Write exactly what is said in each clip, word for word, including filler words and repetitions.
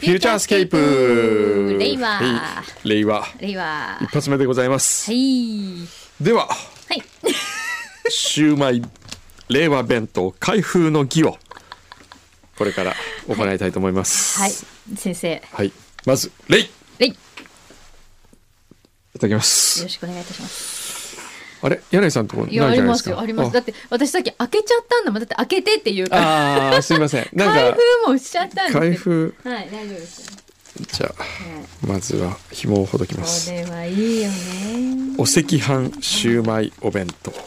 フューチャースケープ令和、 はい、令和令和一発目でございます。 はい。 では、 はい、 シウマイ令和弁当開封の儀をこれから行いたいと思います。 はい、はい、先生。 はい、まず礼。 礼。いただきます。 よろしくお願いいたします。 あれ、柳井さんとこないじゃないですか。 いや、ありますよ、あります。だって私さっき開けちゃったんだもん。だって開けてっていうか。 ああ、すいません。なんか開封もしちゃったんです。 開封。 はい、大丈夫です。 じゃあ、はい、まずは紐をほどきます。 これはいいよね。 お赤飯シウマイお弁当。はい、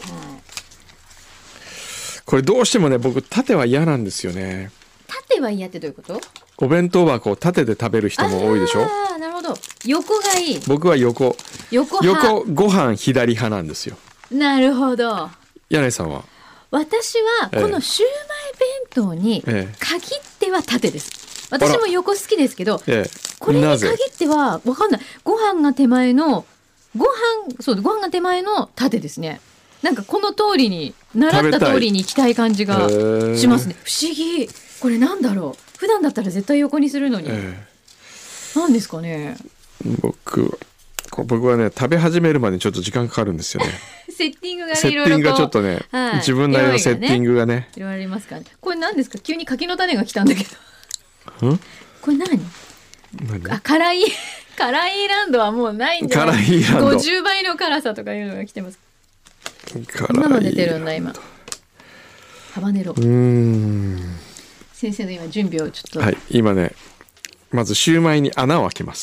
これどうしてもね、僕縦は嫌なんですよね。 縦は嫌ってどういうこと？ お弁当はこう縦で食べる人も多いでしょ。 ああ、なるほど。横がいい。 僕は横。 横派。 横ご飯左派なんですよ。 なるほど。 柳井さんは？ 私はこのシウマイ弁当に限っては縦です。私も横好きですけど、ええ、これに限っては分かんない。ご飯が手前のご飯そうご飯が手前の縦ですね。なんかこの通りに習った通りに行きたい感じがしますね。不思議。これなんだろう。普段だったら絶対横にするのに。ええ、なんですかね。 僕僕はね、食べ始めるまでちょっと時間かかるんですよね。 セッティングがね、 セッティングがちょっとね、はい、自分なりのセッティングがね、 いろいろありますからね。これ何ですか？急に柿の種が来たんだけど。 ん？ これ何？何？あ、辛い辛いランドはもうないんじゃない？ 辛いランド。 ごじゅうばいの辛さとかいうのが来てます。 こんなの出てるんだ今。ハバネロ。うーん。先生の今準備をちょっと。 はい、今ね、まずシューマイに穴を開けます。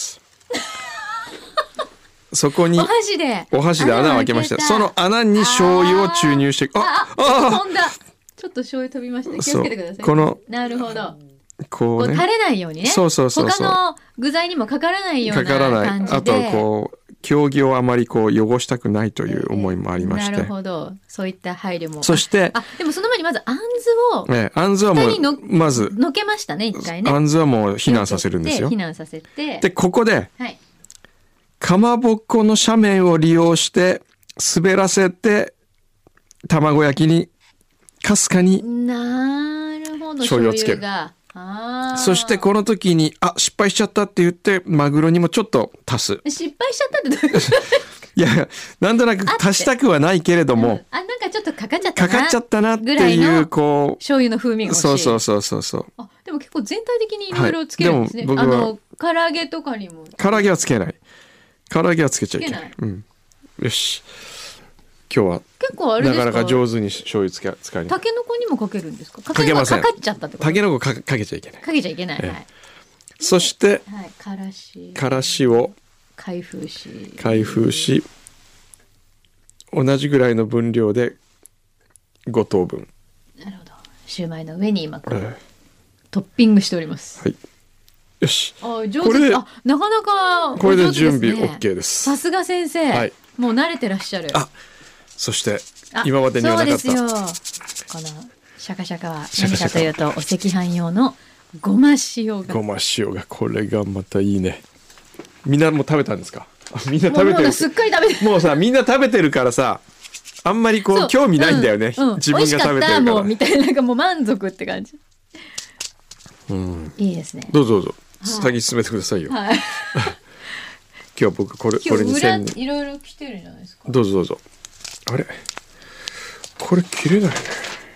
そこにお箸でお箸で穴を開けました。その穴に醤油を注入して、 あああ飛んだ。ちょっと醤油飛びました。気をつけてください。 このなるほど。 こうね、 垂れないようにね。 そうそうそうそう。 他の具材にもかからないような感じで。かからない。 あとこう経木をあまりこう汚したくないという思いもありまして。 なるほど。そういった配慮も。 そしてあでもその前にまずあんずをね、あんずはもうまずのけましたね一回ね。 あんずはもう避難させるんですよ。 避難させて。 でここで。 はい。 かまぼっこの斜面を利用して滑らせて卵焼きにかすかに醤油をつける。 あそしてこの時にあ失敗しちゃったって言ってマグロにもちょっと足す。 失敗しちゃったってどういうこと？ いやなんとなく足したくはないけれども、うん、 あなんかちょっとかかっちゃったなかかっちゃったなっていうこう醤油の風味が欲しい。 そうそうそうそうそう。 あでも結構全体的にいろいろつけるんですね。はい、あの唐揚げとかにも。 唐揚げはつけない。唐揚げはつけちゃいけない。うん、よし。今日は結構あれですか？ なかなか上手に醤油つけ使い。 タケノコにもかけるんですか？ かけません。 かかっちゃったってこと？ タケノコかかけちゃいけない。 かけちゃいけない。はい。 そして、 はい、からし。 からしを開封し。 開封し、同じぐらいの分量でご等分。 なるほど。シューマイの上に今こう、はい、トッピングしております。 はい。よし。 あ上手。これであなかなか、ね、 これで準備 OK です。 さすが先生、はい。もう慣れてらっしゃる。 あ、そして今までにはなかった。 そうですよ。このシャカシャカは何かというとお赤飯用のごま塩が。 ごま塩がこれがまたいいね。みんなもう食べたんですか？みんな食べてる。 もうすっかり食べてる。 もうさみんな食べてるからさ。あんまりこう興味ないんだよね。うんうん、自分が食べてるから。 もうみたいななんかもう満足って感じ。 うん。 いいですね。 どうぞどうぞ。先進めてくださいよ。はい、今日僕これこれにせんいろいろ来てるじゃないですか。 どうぞどうぞ。あれこれ切れないね。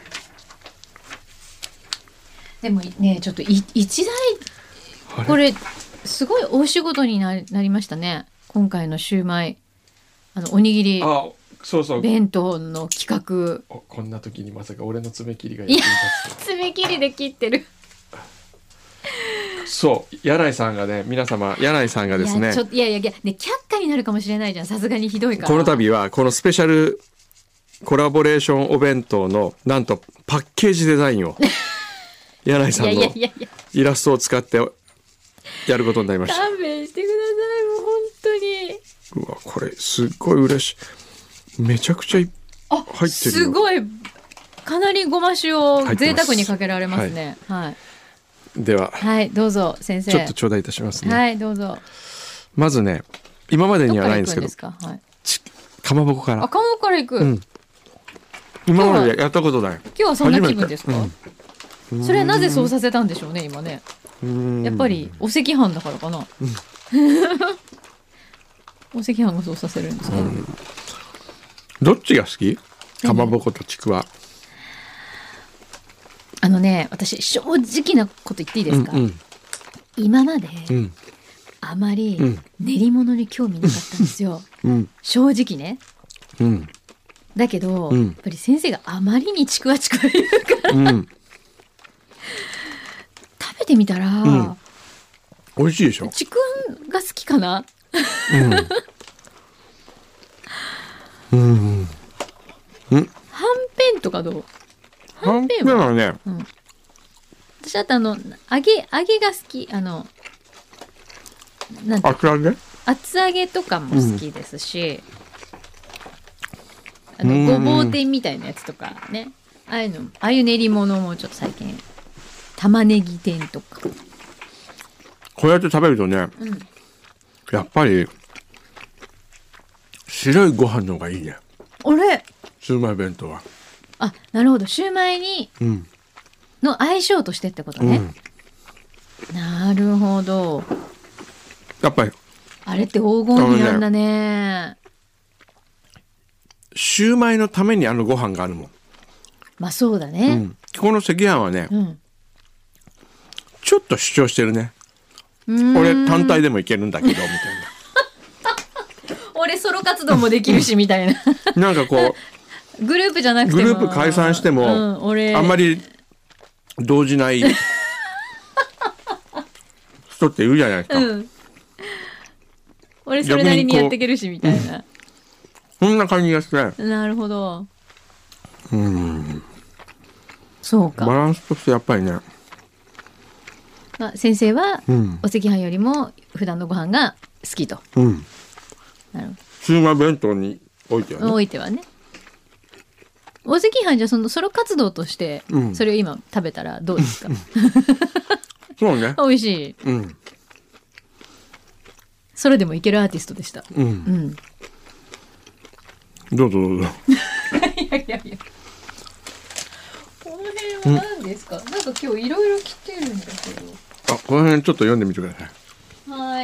でもねちょっとい一台これすごい大仕事にな り, なりましたね。今回のシューマイあのおにぎりあそうそう弁当の企画。 こんな時にまさか俺の爪切りが役に立つ。 爪切りで切ってる。 そう柳井さんがね皆様柳井さんがですねいやちょいやいやいや、ね、却下になるかもしれないじゃん。さすがにひどいから。 この度はこのスペシャルコラボレーションお弁当のなんとパッケージデザインを柳井さんのイラストを使ってやることになりました。 勘弁してくださいもう本当に。 うわこれすっごい嬉しい。めちゃくちゃ入ってるよ。 すごいかなりごま塩を贅沢にかけられますね。はい、はいでは、 はい、どうぞ先生。 ちょっと頂戴いたしますね。 はい、どうぞ。 まずね、今までにはないんですけど、 か, はい、 かまぼこから。 あ、かまぼこからいく。うん、 今までやったことない。 今日はそんな気分ですか？うん、それはなぜそうさせたんでしょうね、今ね。 やっぱりお赤飯だからかな、うん、お赤飯がそうさせるんですか、うん、 どっちが好き？かまぼことちくわ。 あのね、私正直なこと言っていいですか、うんうん、今まで、うん、あまり練り物に興味なかったんですよ、うん、正直ね、うん、だけど、うん、やっぱり先生があまりにちくわちくわ言うから、うん、食べてみたら、うん、 美味しいでしょ。 ちくわが好きかな、 うんうんうん、 はんぺんとかどう？ はんぺんはね、 うん、私だとあの揚げ揚げが好き、あのなんて厚揚げ厚揚げとかも好きですし、うん、あのごぼう天みたいなやつとかね、ああいうの、ああいう練り物もちょっと最近玉ねぎ天とかこうやって食べるとね、うん、やっぱり白いご飯の方がいいね。 あれシューマイ弁当は。 あ、なるほど、シューマイに、うん、の相性としてってことね、うん、なるほど。 やっぱりあれって黄金比なんだね。 シューマイのためにあのご飯があるもん。 まあそうだね、うん、 この赤飯はね、うん、ちょっと主張してるね。俺単体でもいけるんだけどみたいな俺ソロ活動もできるしみたいななんかこうグループじゃなくてもグループ解散しても、うん、俺あんまり動じない人っているじゃないですか、うん、 俺それなりにやっていけるしみたいな、 うん、そんな感じがして。 なるほど。 うん、 そうか。 バランスとしてやっぱりね、 まあ、先生はお赤飯よりも普段のご飯が好きと、うん、 なるほど。シューマイ弁当においてはね、 おいてはね。お赤飯じゃそのソロ活動としてそれを今食べたらどうですか、うん、 そうね、 美味しい、うん、それでもいけるアーティストでした、うんうん、 どうぞどうぞいやいやいや、この辺は何ですか、うん、なんか今日いろいろ来てるんだけど。 あ、この辺ちょっと読んでみてください。 はい。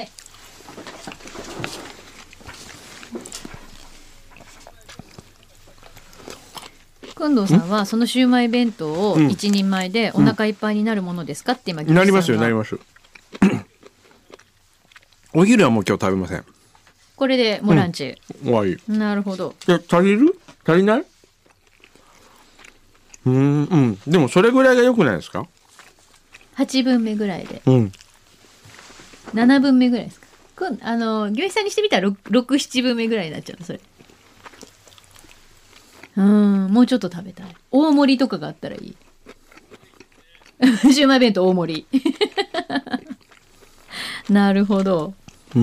くんどうさんはそのシウマイ弁当を一人前でお腹いっぱいになるものですかって今、 なりますよ、なりますお昼はもう今日食べません。 これでもうランチ、 うん、終わり。 なるほど。 いや、足りる？足りない？うん、うん、でもそれぐらいが良くないですか？ はちぶんめぐらいで、うん、ななぶんめぐらいですか？あの業者さんにしてみたらろく、ななぶんめぐらいになっちゃうのそれ。うん、もうちょっと食べたい。大盛りとかがあったらいい。シウマイ弁当大盛り。なるほど。うん、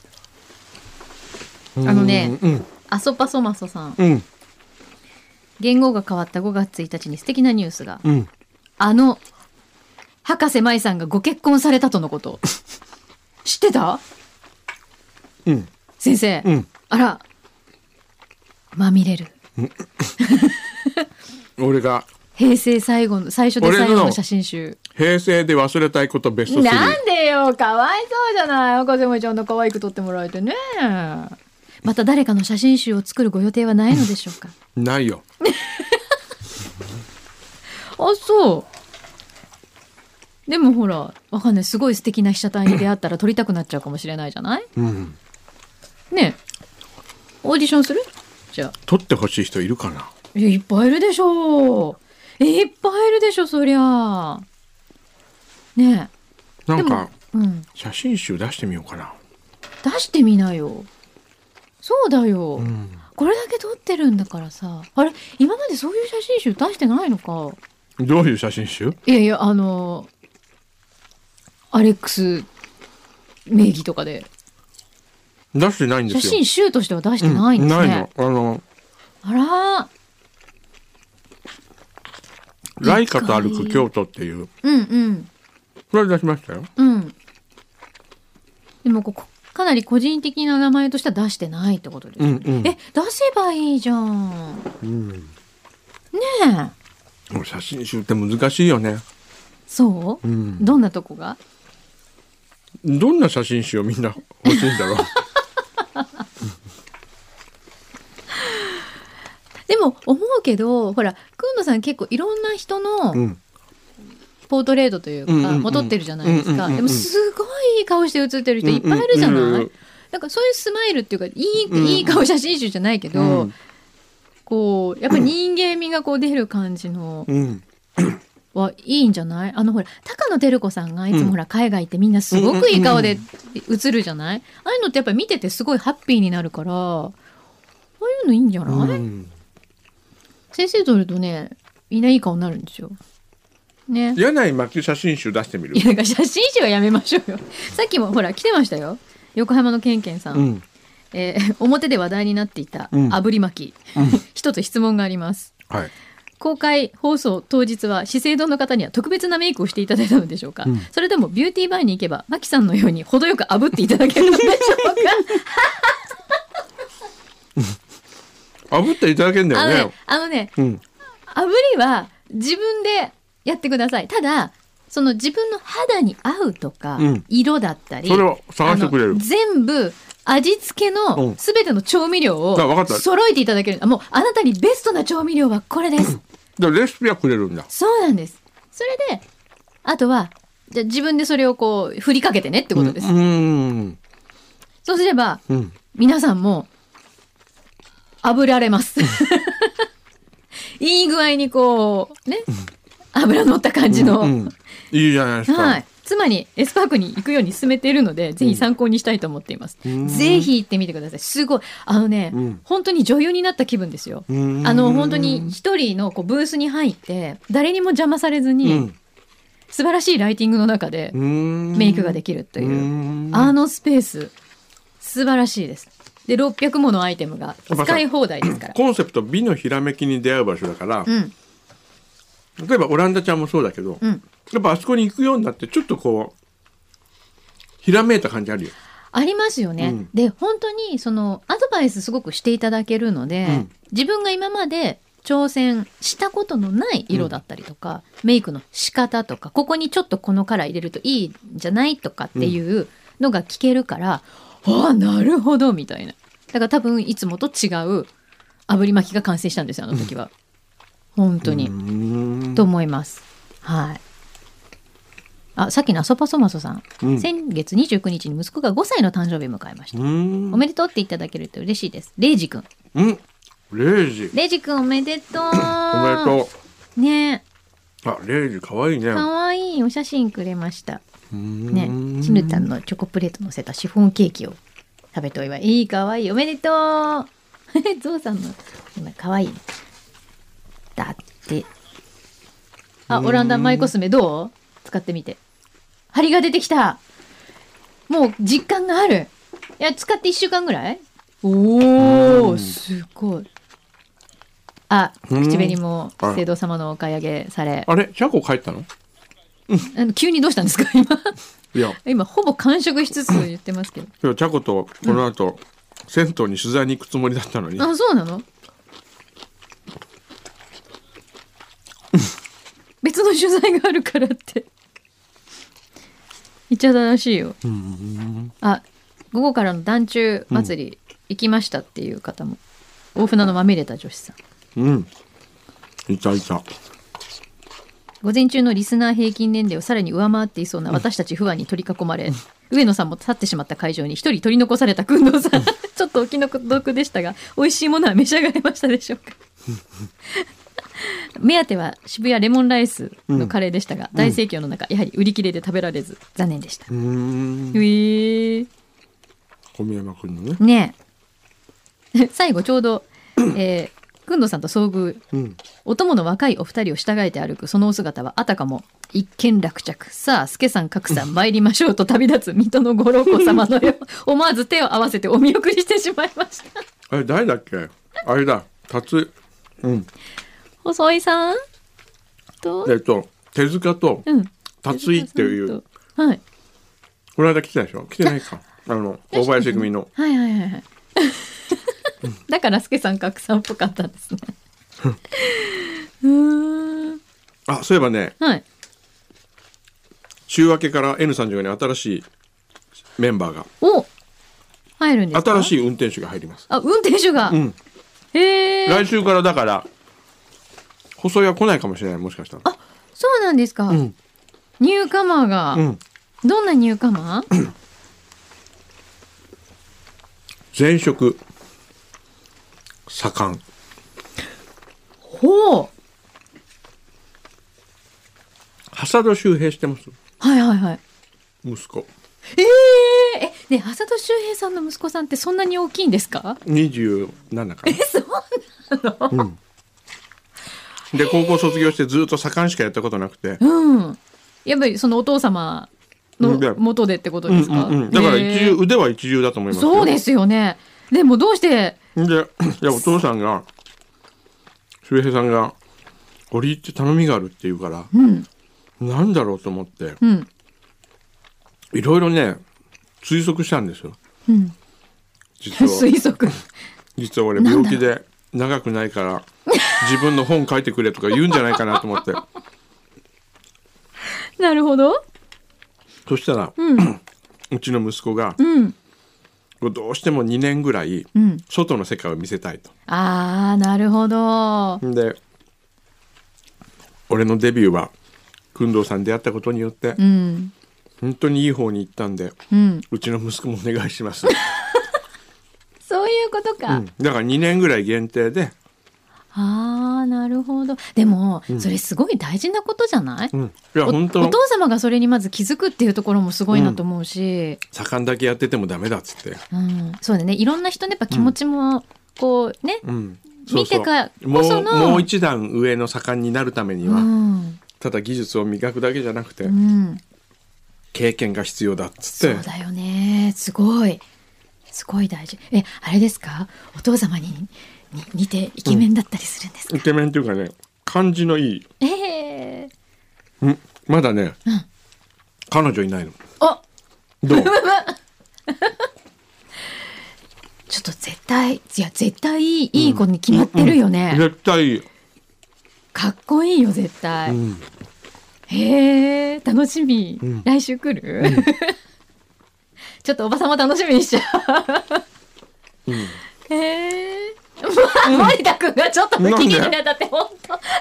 あのね、うん、アソパソマソさん、うん、言語が変わったごがつついたちに素敵なニュースが、うん、あの博士舞さんがご結婚されたとのこと知ってた？うん、先生、うん、あらまみれる俺が平成最後の最初で最後の写真集、 平成で忘れたいことベストスリー。 なんでよ、かわいそうじゃない。博士舞ちゃんの可愛く撮ってもらえてね。また誰かの写真集を作るご予定はないのでしょうか？ ないよあ、そうでもほらわかんない、すごい素敵な被写体に出会ったら撮りたくなっちゃうかもしれないじゃない、うん、ねえ、オーディションする？じゃあ撮ってほしい人いるかな？ いや、いっぱいいるでしょう。いっぱいいるでしょ、そりゃねえ。 なんか、うん、写真集出してみようかな。 出してみなよ。そうだよ、うん、これだけ撮ってるんだからさ。あれ、今までそういう写真集出してないのか。 どういう写真集？ いやいや、あのアレックス名義とかで出してないんですよ。 写真集としては出してないんですね、うん、ないの。 あのあら、 ライカと歩く京都っていう、うんうん、これ出しましたよ、うん、 でもここかなり個人的な名前としては出してないってことですよね、うんうん、え、出せばいいじゃん、うん、ねえ。 もう写真集って難しいよね。 そう、うん、どんなとこが？ どんな写真集をみんな欲しいんだろうでも思うけど、ほらくんのさん結構いろんな人のポートレートというか、うん、も撮ってるじゃないですか、うんうんうん、でもすごいいい顔して写ってる人いっぱいいるじゃない、うんうんうん、なんかそういうスマイルっていうかいい、うん、いい顔写真集じゃないけど、うん、こうやっぱり人間味がこう出る感じの、うんはいいんじゃない？あのほら高野照子さんがいつもほら海外行ってみんなすごくいい顔で写るじゃない？ああいうのってやっぱり見ててすごいハッピーになるから、ああいうのいいんじゃない？うん、先生撮るとねみんないい顔になるんですよ。ね。 柳井真紀写真集出してみる？ いやなんか写真集はやめましょうよ。さっきもほら来てましたよ。横浜のケンケンさん。うん、えー、表で話題になっていた炙り巻き、うん、一つ質問があります。はい。公開放送当日は資生堂の方には特別なメイクをしていただいたのでしょうか、うん、それともビューティーバーに行けばマキさんのように程よく炙っていただけるのでしょうか炙っていただけるんだよね。 あのね、あのね、うん、炙りは自分でやってください。ただその自分の肌に合うとか、うん、色だったりそれを探してくれる。 全部味付けのすべての調味料を揃えていただける。もうあなたにベストな調味料はこれです。 レシピはくれるんだ。 そうなんです。それであとはじゃあ自分でそれをこう振りかけてねってことです。うんうんそうすれば、うん、皆さんも炙られますいい具合にこうね油乗った感じの、うんうん、 いいじゃないですか。はい。 妻にエスパークに行くように勧めているのでぜひ参考にしたいと思っています、うん、ぜひ行ってみてください。すごいあのね、うん、本当に女優になった気分ですよ。あの本当に一人のこうブースに入って誰にも邪魔されずに、うん、素晴らしいライティングの中でメイクができるというあのスペース素晴らしいです。でろっぴゃくものアイテムが使い放題ですから。 コンセプト美のひらめきに出会う場所だから、うん、例えばオランダちゃんもそうだけど、うんやっぱあそこに行くようになってちょっとこうひらめいた感じあるよ。 ありますよね、うん、で本当にそのアドバイスすごくしていただけるので、うん、自分が今まで挑戦したことのない色だったりとか、うん、メイクの仕方とかここにちょっとこのカラー入れるといいんじゃないとかっていうのが聞けるから、うん、ああなるほどみたいな。だから多分いつもと違う炙り巻きが完成したんですよあの時は、うん、本当にと思います。はい。あさっきのアソパソマソさん、うん、先月にじゅうくにちに息子がごさいの誕生日を迎えました。おめでとうって言っていただけると嬉しいです。レイジくん。 うんレイジ。 レイジくんおめでとう。おめでとう。ねあレイジかわいいね。 かわいいお写真くれました。ねチヌタンのチョコプレート乗せたシフォンケーキを食べてお祝い。いいかわいいおめでとう。ゾウさんの今かわいい。だってあオランダマイコスメどう？使ってみて。張りが出てきた。もう実感がある。いや使っていっしゅうかんぐらい。おーすごい。あ口紅も資生堂様のお買い上げされ。 あれチャコ帰ったの？ あの急にどうしたんですか今。いや今ほぼ完食しつつ言ってますけど。 今日チャコとこの後、うん、銭湯に取材に行くつもりだったのに。 あそうなの？別の取材があるからって言っちゃったらしいよ。あ午後からの団中祭り行きましたっていう方も、うん、大船のまみれた女子さん。 うんいたいた。 午前中のリスナー平均年齢をさらに上回っていそうな私たち不安に取り囲まれ、うん、上野さんも去ってしまった会場に一人取り残された工藤さんちょっとお気の毒でしたが美味しいものは召し上がれましたでしょうか目当ては渋谷レモンライスのカレーでしたが、うん、大盛況の中やはり売り切れで食べられず残念でした。うーん、えー、 小宮山くんのねねえ最後ちょうど、えー、くんどさんと遭遇、うん、お供の若いお二人を従えて歩くそのお姿はあたかも一見落着。さあ助さん格さん参りましょうと旅立つ水戸のご老公様のよう思わず手を合わせてお見送りしてしまいましたあれ誰だっけあれだ達うん細井さんと、 えっと、手塚と達井っていう、うん、はい、この間来てたでしょ。来てないかあの大林組のはいはいはいはいだから助さん格さんっぽかったんですねうーんあそういえばね、はい、 週明けから エヌさんじゅうご に新しいメンバーがお入るんですか。 新しい運転手が入ります。 あ、運転手が、うん、へえ。 来週からだから細井は来ないかもしれない、もしかしたら。 あ、そうなんですか、うん、ニューカマーが、うん、どんなニューカマー前職盛ん。 ほう。 浅戸周平してます。 はいはいはい。 息子。 えー、え、ね、浅戸周平さんの息子さんってそんなに大きいんですか。 にじゅうななかな。 え、そうなの、うん、 で高校卒業してずっと盛んしかやったことなくて、 うん、やっぱりそのお父様の元でってことですか。 うんうんうん、だから一流、腕は一流だと思いますよ。 そうですよね。でもどうしてで、いやお父さんが周平さんが折り入って頼みがあるって言うから、うん、なんだろうと思って、うん、いろいろね推測したんですよ、うん、実は推測実は俺病気で長くないから自分の本書いてくれとか言うんじゃないかなと思ってなるほど。 そしたら、うん、うちの息子が、うん、どうしてもにねんぐらい外の世界を見せたいと、 うん、あーなるほど。 で俺のデビューは工藤さんに出会ったことによって、うん、本当にいい方に行ったんで、うん、うちの息子もお願いしますそういうことか、 うん、だからにねんぐらい限定で。 あーなるほど。でも、うん、それすごい大事なことじゃない、うん、いや本当 お, お父様がそれにまず気づくっていうところもすごいなと思うし、 うん、盛んだけやっててもダメだっつって、 うん、そうだね。いろんな人のやっぱ気持ちもこうね、うん、見てかこそのもう、もう一段上の盛んになるためには、うん、ただ技術を磨くだけじゃなくて、うん、経験が必要だっつって。 そうだよね。すごいすごい大事。え、あれですか、お父様にに似てイケメンだったりするんですか。 うん、イケメンっていうかね、感じのいい、 えー、んまだね、うん、彼女いないの。 あ、 どうちょっと絶対、いや絶対いい、いい子に決まってるよね、 うんうん、絶対いい。 かっこいいよ絶対、うん、へえ楽しみ、うん、来週来る、うん、ちょっとおばさんも楽しみにしちゃう、うん、へえ森田君がちょっと不機嫌になったって本当うち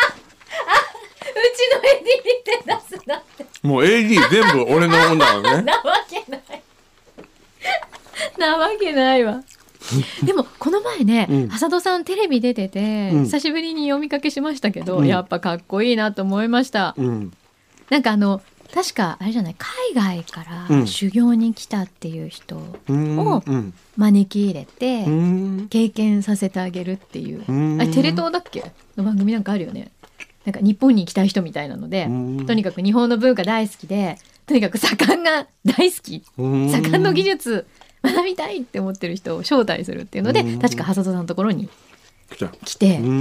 の エーディー に手出すなって。 もう エーディー 全部俺のもんだからねなわけないなわけないわでもこの前ね、うん、浅戸さんテレビ出てて、うん、久しぶりに読みかけしましたけど、うん、やっぱかっこいいなと思いました、うん、なんかあの確かあれじゃない、海外から修行に来たっていう人を招き入れて経験させてあげるっていう、あれテレ東だっけの番組なんかあるよね。なんか日本に行きたい人みたいなので、とにかく日本の文化大好きで、とにかく盛んが大好き、盛んの技術学びたいって思ってる人を招待するっていうので、確か浅戸さんのところに来て、うん、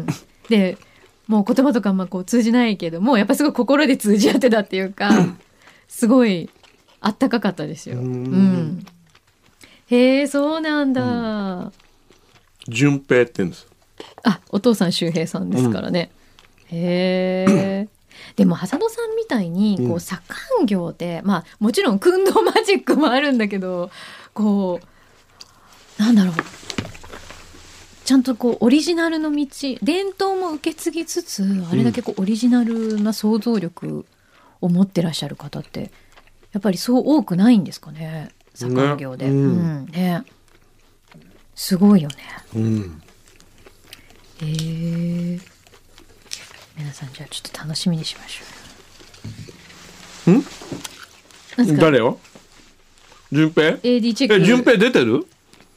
でもう言葉とかあんまこう通じないけども、やっぱりすごい心で通じ合ってたっていうかすごいあったかかったですよ。うん、へえそうなんだ。 順平って言うんです。 あ、お父さん周平さんですからね、うん、へえでも浅戸さんみたいにこう盛ん業で、うん、まあもちろん訓導マジックもあるんだけど、こうなんだろう、ちゃんとこうオリジナルの道、伝統も受け継ぎつつ、あれだけこうオリジナルな想像力を持ってらっしゃる方ってやっぱりそう多くないんですかね、盛ん業で、ね、うんうんね、すごいよね、うん、へえ皆さんじゃあちょっと楽しみにしましょう。ん誰を順平エーディー チェック。 え順平出てる。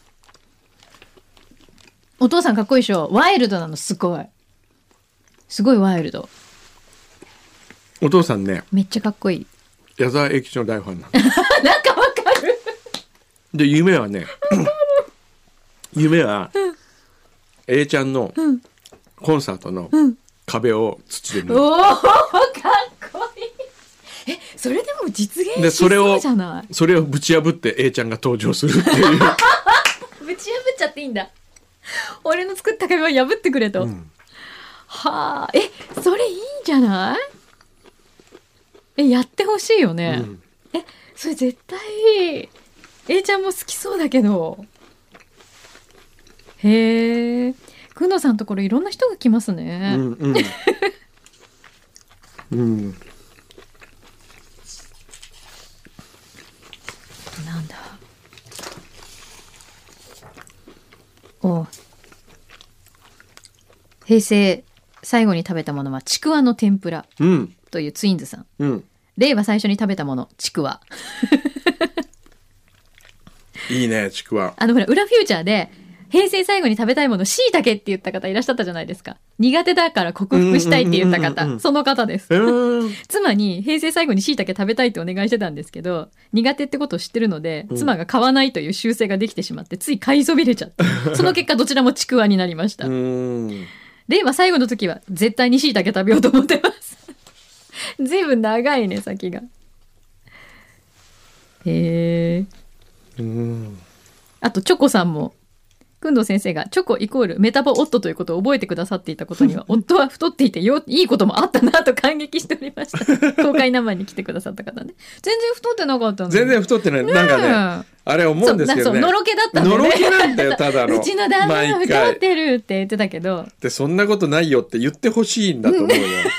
お父さんかっこいいでしょ。ワイルドなの、すごいすごいワイルド。 お父さんねめっちゃかっこいい。 矢沢永吉の大ファンなのなんかわかるで夢はね夢は、うん、A ちゃんのコンサートの壁を土で塗る、うん、おーかっこいい。えそれでも実現しそうじゃない。 それをぶち破って A ちゃんが登場するっていうぶち破っちゃっていいんだ。俺の作った壁を破ってくれと、うん、はあ、えそれいいんじゃない。 えやってほしいよね、 うん、 えそれ絶対 A ちゃんも好きそうだけど。へえ、くんのさんのところいろんな人が来ますね。 うんうんうんなんだ。お、平成最後に食べたものはちくわの天ぷらというツインズさん、 うん、 令和最初に食べたものちくわいいねちくわ。 あのほら裏フューチャーで平成最後に食べたいものしいたけって言った方いらっしゃったじゃないですか。苦手だから克服したいって言った方、うんうんうんうん、その方です、えー、妻に平成最後にしいたけ食べたいってお願いしてたんですけど、苦手ってことを知ってるので、うん、妻が買わないという習性ができてしまってつい買いそびれちゃってその結果どちらもちくわになりました。うーん、令和最後の時は絶対にしいたけ食べようと思ってますずいぶん長いね先が。へえ。うん、あとチョコさんもくんどう先生がチョコイコールメタボ夫ということを覚えてくださっていたことには夫は太っていてよいいこともあったなと感激しておりました公開生に来てくださった方ね。全然太ってなかったの。 全然太ってない、ね、なんかねあれ思うんですけどね、 のろけだったんだよね。 のろけなんだよただのうちの旦那が太ってるって言ってたけど、 でそんなことないよって言ってほしいんだと思うよ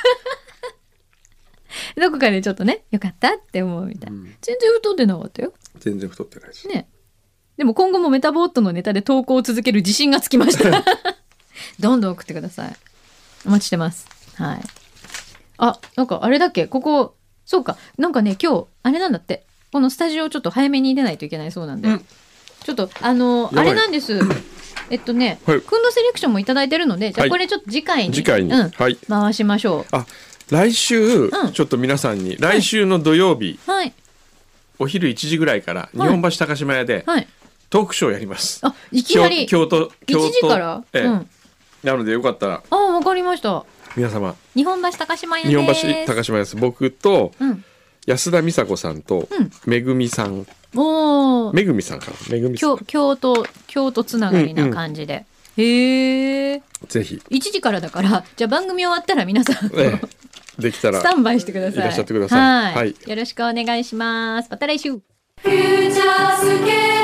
どこかでちょっとねよかったって思うみたいな、うん、全然太ってなかったよ。 全然太ってないですね。でも今後もメタボットのネタで投稿を続ける自信がつきましたどんどん送ってください。お待ちしてます。はい。あ、なんかあれだっけここ、そうかなんかね今日あれなんだって、このスタジオちょっと早めに出ないといけないそうなんで、うん、ちょっとあのあれなんですえっとね、はい、くんどセレクションもいただいてるので、じゃあこれちょっと次回に、はい、 次回に、 うんはい、 回しましょう。 あ、来週、うん、ちょっと皆さんに来週の土曜日、はい、お昼いちじぐらいから日本橋高島屋で、はい、トークショーやります。 あ、いきなり京都京都いちじから、 ええ、うん、なのでよかったら。 あ、わかりました。 皆様日本橋高島屋です。 日本橋高島屋です。僕と、うん、安田美沙子さんと、うん、めぐみさん、おめぐみさんかな、めぐみさん、 京都京都つながりな感じで、うんうん、へえ。ぜひいちじからだから、じゃあ番組終わったら皆さん、ええ、できたらスタンバイしてください。 いらっしゃってください。 はい、はい、よろしくお願いします。また来週。フューチャースケープ